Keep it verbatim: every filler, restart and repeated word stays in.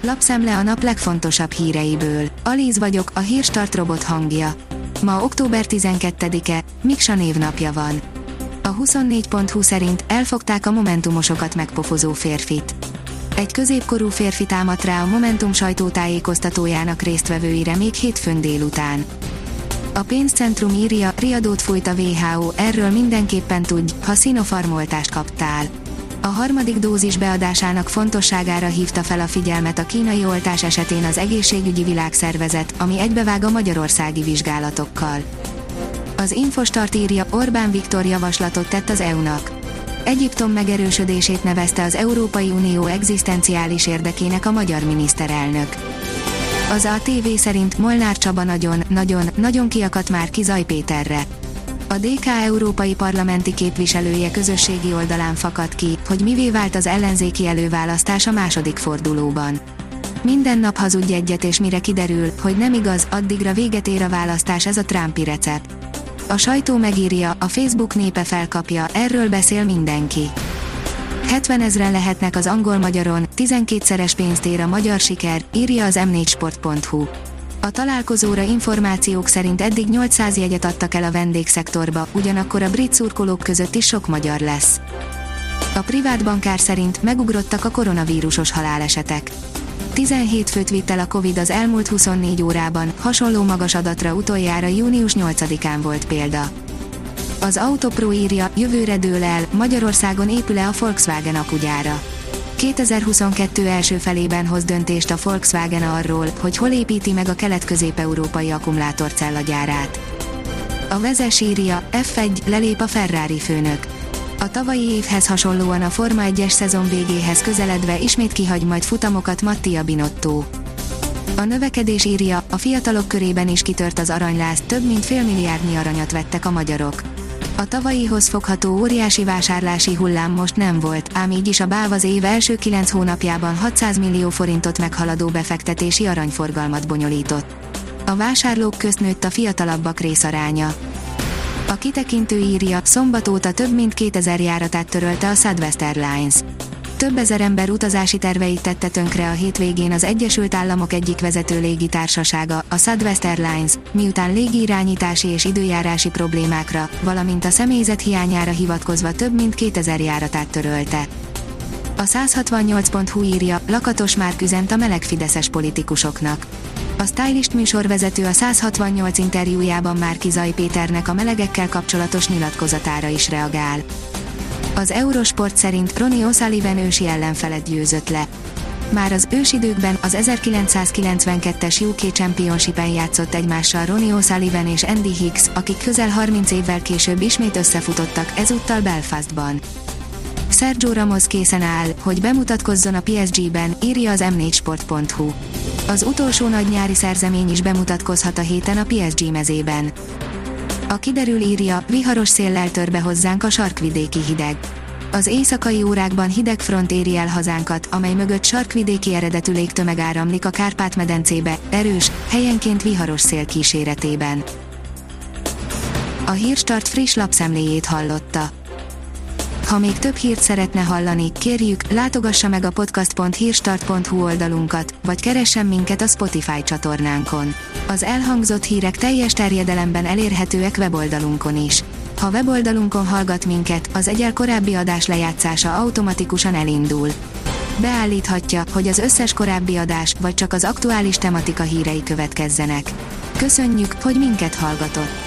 Lapszemle a nap legfontosabb híreiből. Alíz vagyok, a Hírstart robot hangja. Ma október tizenkettedike, Miksa névnapja van. A huszonnégy pont hu szerint elfogták a momentumosokat megpofozó férfit. Egy középkorú férfi támadt rá a Momentum sajtótájékoztatójának résztvevőire még hétfőn délután. A pénzcentrum írja, riadót fújt a vé há o, erről mindenképpen tudj, ha Sinopharm-oltást kaptál. A harmadik dózis beadásának fontosságára hívta fel a figyelmet a kínai oltás esetén az Egészségügyi Világszervezet, ami egybevág a magyarországi vizsgálatokkal. Az Infostart írja, Orbán Viktor javaslatot tett az é u-nak. Egyiptom megerősödését nevezte az Európai Unió egzisztenciális érdekének a magyar miniszterelnök. Az á té vé szerint Molnár Csaba nagyon, nagyon, nagyon kiakadt már ki Zaj Péterre. A dé ká európai parlamenti képviselője közösségi oldalán fakadt ki, hogy mivé vált az ellenzéki előválasztás a második fordulóban. Minden nap hazudj egyet, és mire kiderül, hogy nem igaz, addigra véget ér a választás, ez a Trumpi recept. A sajtó megírja, a Facebook népe felkapja, erről beszél mindenki. hetvenezren lehetnek az angol-magyaron, tizenkétszeres pénzt ér a magyar siker, írja az em négy sport pont hu. A találkozóra információk szerint eddig nyolcszáz jegyet adtak el a vendégszektorba, ugyanakkor a brit szurkolók között is sok magyar lesz. A privát bankár szerint megugrottak a koronavírusos halálesetek. tizenhét főt vitt el a Covid az elmúlt huszonnégy órában, hasonló magas adatra utoljára június nyolcadikán volt példa. Az Autopro írja, jövőre dől el, Magyarországon épül-e a Volkswagen akugyára. kétezer-huszonkettő első felében hoz döntést a Volkswagen arról, hogy hol építi meg a kelet-közép-európai akkumulátorcella gyárát. A Vezes írja, ef egy, lelép a Ferrari főnök. A tavalyi évhez hasonlóan a Forma egyes szezon végéhez közeledve ismét kihagy majd futamokat Mattia Binotto. A növekedés írja, a fiatalok körében is kitört az aranyláz, több mint félmilliárdnyi aranyat vettek a magyarok. A tavalyihoz fogható óriási vásárlási hullám most nem volt, ám így is a BÁV az év első kilenc hónapjában hatszáz millió forintot meghaladó befektetési aranyforgalmat bonyolított. A vásárlók közt nőtt a fiatalabbak részaránya. A kitekintő írja, szombat óta több mint kétezer járatát törölte a Southwest Airlines. Több ezer ember utazási terveit tette tönkre a hétvégén az Egyesült Államok egyik vezető légitársasága, a Southwest Airlines, miután légiirányítási és időjárási problémákra, valamint a személyzet hiányára hivatkozva több mint kétezer járatát törölte. A száz hatvannyolc pont hu írja, Lakatos Márk üzent a meleg fideszes politikusoknak. A Stylist műsorvezető a száz hatvannyolc interjújában Márki Zaj Péternek a melegekkel kapcsolatos nyilatkozatára is reagál. Az Eurosport szerint Ronnie O'Sullivan ősi ellenfelet győzött le. Már az ősidőkben az ezerkilencszázkilencvenkettes U K Championship-en játszott egymással Ronnie O'Sullivan és Andy Hicks, akik közel harminc évvel később ismét összefutottak, ezúttal Belfastban. Sergio Ramos készen áll, hogy bemutatkozzon a pé es gében, írja az em négy sport pont hu. Az utolsó nagy nyári szerzemény is bemutatkozhat a héten a pé es gé mezében. A kiderül írja, viharos széllel tör be hozzánk a sarkvidéki hideg. Az éjszakai órákban hideg front éri el hazánkat, amely mögött sarkvidéki eredetű légtömeg áramlik a Kárpát-medencébe, erős, helyenként viharos szél kíséretében. A Hírstart friss lapszemléjét hallotta. Ha még több hírt szeretne hallani, kérjük, látogassa meg a podcast pont hírstart pont hu oldalunkat, vagy keressen minket a Spotify csatornánkon. Az elhangzott hírek teljes terjedelemben elérhetőek weboldalunkon is. Ha weboldalunkon hallgat minket, az egyel korábbi adás lejátszása automatikusan elindul. Beállíthatja, hogy az összes korábbi adás, vagy csak az aktuális tematika hírei következzenek. Köszönjük, hogy minket hallgatott!